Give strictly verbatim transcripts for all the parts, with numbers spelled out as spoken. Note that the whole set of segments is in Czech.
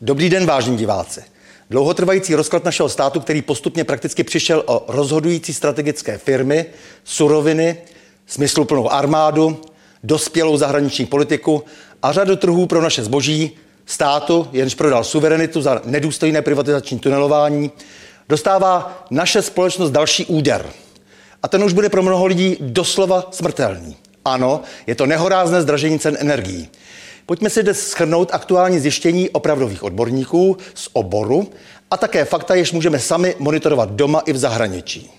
Dobrý den, vážení diváci. Dlouhotrvající rozklad našeho státu, který postupně prakticky přišel o rozhodující strategické firmy, suroviny, smysluplnou armádu, dospělou zahraniční politiku a řadu trhů pro naše zboží, státu, jenž prodal suverenitu za nedůstojné privatizační tunelování, dostává naše společnost další úder. A ten už bude pro mnoho lidí doslova smrtelný. Ano, je to nehorázné zdražení cen energií. Pojďme si dnes shrnout aktuální zjištění opravdových odborníků z oboru a také fakta, jež můžeme sami monitorovat doma i v zahraničí.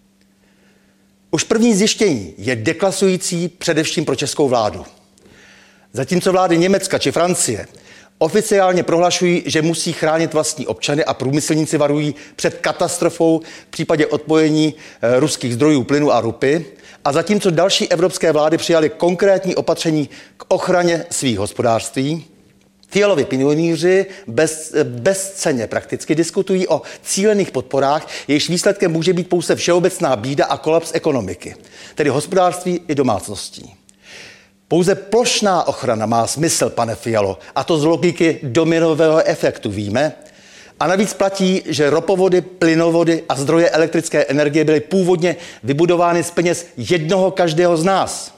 Už první zjištění je deklasující především pro českou vládu. Zatímco vlády Německa či Francie oficiálně prohlašují, že musí chránit vlastní občany a průmyslníci varují před katastrofou v případě odpojení e, ruských zdrojů plynu a ropy, a zatímco další evropské vlády přijaly konkrétní opatření k ochraně svých hospodářství, Fialovi pionýři bez, bezcenně prakticky diskutují o cílených podporách, jejichž výsledkem může být pouze všeobecná bída a kolaps ekonomiky, tedy hospodářství i domácností. Pouze plošná ochrana má smysl, pane Fialo, a to z logiky dominového efektu víme. A navíc platí, že ropovody, plynovody a zdroje elektrické energie byly původně vybudovány z peněz jednoho každého z nás.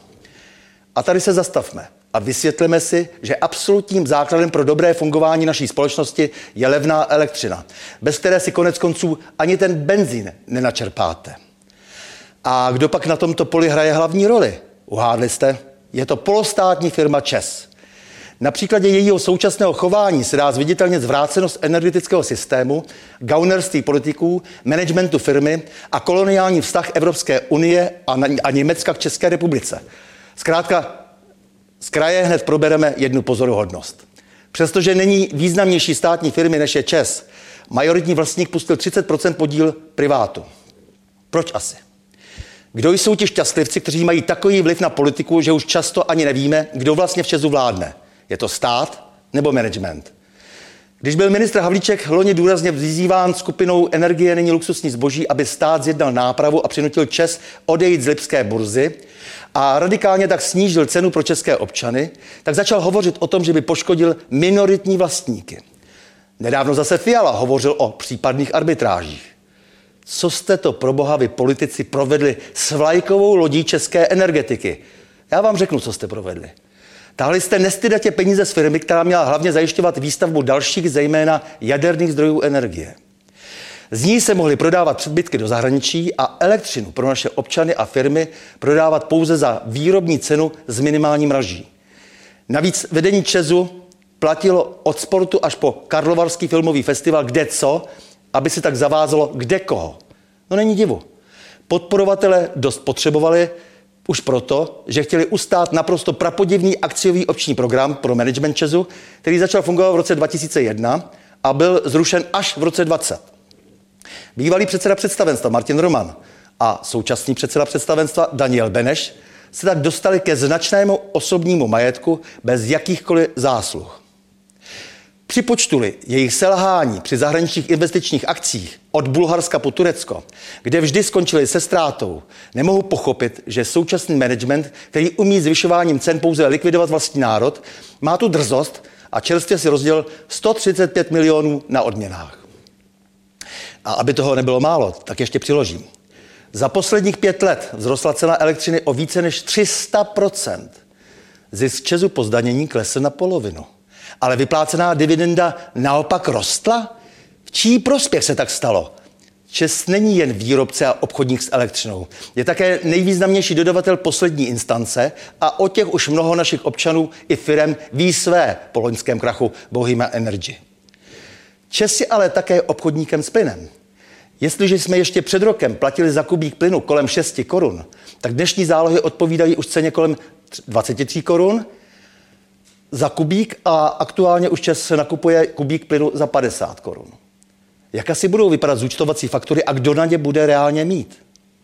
A tady se zastavme a vysvětlíme si, že absolutním základem pro dobré fungování naší společnosti je levná elektřina, bez které si konec konců ani ten benzín nenačerpáte. A kdo pak na tomto poli hraje hlavní roli? Uhádli jste? Je to polostátní firma ČEZ. Na příkladě jejího současného chování se dá zviditelně zvrácenost energetického systému, gaunerství politiků, managementu firmy a koloniální vztah Evropské unie a, a Německa k České republice. Zkrátka, z kraje hned probereme jednu pozoruhodnost. Přestože není významnější státní firmy než je ČEZ, majoritní vlastník pustil třicet procent podíl privátu. Proč asi? Kdo jsou ti šťastlivci, kteří mají takový vliv na politiku, že už často ani nevíme, kdo vlastně v ČEZu vládne? Je to stát nebo management? Když byl ministr Havlíček loni důrazně vyzýván skupinou Energie není luxusní zboží, aby stát zjednal nápravu a přinutil ČEZ odejít z lipské burzy a radikálně tak snížil cenu pro české občany, tak začal hovořit o tom, že by poškodil minoritní vlastníky. Nedávno zase Fiala hovořil o případných arbitrážích. Co jste to pro boha vy politici provedli s vlajkovou lodí české energetiky? Já vám řeknu, co jste provedli. Táhli jste nestydatě peníze z firmy, která měla hlavně zajišťovat výstavbu dalších, zejména jaderných zdrojů energie. Z ní se mohly prodávat přebytky do zahraničí a elektřinu pro naše občany a firmy prodávat pouze za výrobní cenu s minimální mraží. Navíc vedení ČEZu platilo od sportu až po Karlovarský filmový festival kde co, aby si tak zavázalo kde koho. No není divu. Podporovatele dost potřebovali už proto, že chtěli ustát naprosto prapodivný akciový opční program pro management ČEZu, který začal fungovat v roce dva tisíce jedna a byl zrušen až v roce dvacet. Bývalý předseda představenstva Martin Roman a současný předseda představenstva Daniel Beneš se tak dostali ke značnému osobnímu majetku bez jakýchkoliv zásluh. Připočtuli jejich selhání při zahraničních investičních akcích od Bulharska po Turecko, kde vždy skončili se ztrátou, nemohu pochopit, že současný management, který umí zvyšováním cen pouze likvidovat vlastní národ, má tu drzost a čerstvě si rozdělil sto třicet pět milionů na odměnách. A aby toho nebylo málo, tak ještě přiložím. Za posledních pět let vzrostla cena elektřiny o více než tři sta procent. Zisk ČEZu po zdanění klesl na polovinu. Ale vyplácená dividenda naopak rostla? V čí prospěch se tak stalo? ČEZ není jen výrobce a obchodník s elektřinou. Je také nejvýznamnější dodavatel poslední instance a o těch už mnoho našich občanů i firem ví své po loňském krachu Bohemia Energy. ČEZ je ale také obchodníkem s plynem. Jestliže jsme ještě před rokem platili za kubík plynu kolem šest korun, tak dnešní zálohy odpovídají už ceně kolem dvacet tři korun za kubík a aktuálně už ČEZ se nakupuje kubík plynu za padesát korun. Jak asi budou vypadat zúčtovací faktury a kdo na ně bude reálně mít?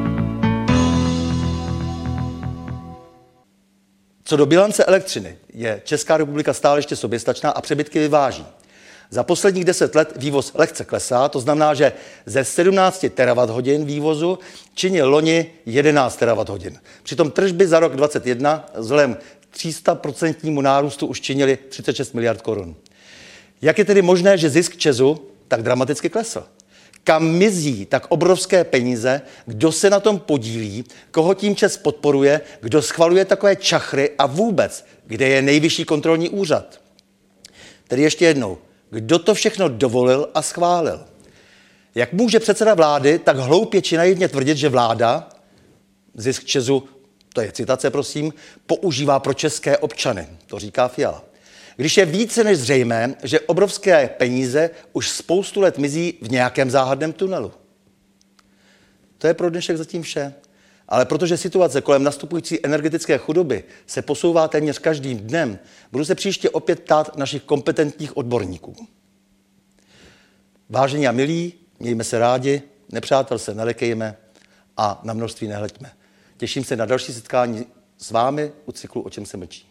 Co do bilance elektřiny, je Česká republika stále ještě soběstačná a přebytky vyváží. Za posledních deset let vývoz lehce klesá, to znamená, že ze sedmnáct terawatthodin vývozu činil loni jedenáct terawatthodin. Přitom tržby za rok dvacet jedna vzhledem k tří sta procentnímu nárůstu už činily třicet šest miliard korun. Jak je tedy možné, že zisk ČEZu tak dramaticky klesl? Kam mizí tak obrovské peníze, kdo se na tom podílí, koho tím ČEZ podporuje, kdo schvaluje takové čachry a vůbec, kde je nejvyšší kontrolní úřad? Tedy ještě jednou, kdo to všechno dovolil a schválil? Jak může předseda vlády tak hloupě či naivně tvrdit, že vláda, zisk ČEZu, to je citace prosím, používá pro české občany, to říká Fiala. Když je více než zřejmé, že obrovské peníze už spoustu let mizí v nějakém záhadném tunelu. To je pro dnešek zatím vše. Ale protože situace kolem nastupující energetické chudoby se posouvá téměř každým dnem, budu se příště opět ptát našich kompetentních odborníků. Vážení a milí, mějme se rádi, nepřátel se nelekejme a na množství nehleďme. Těším se na další setkání s vámi u cyklu O čem se mlčí.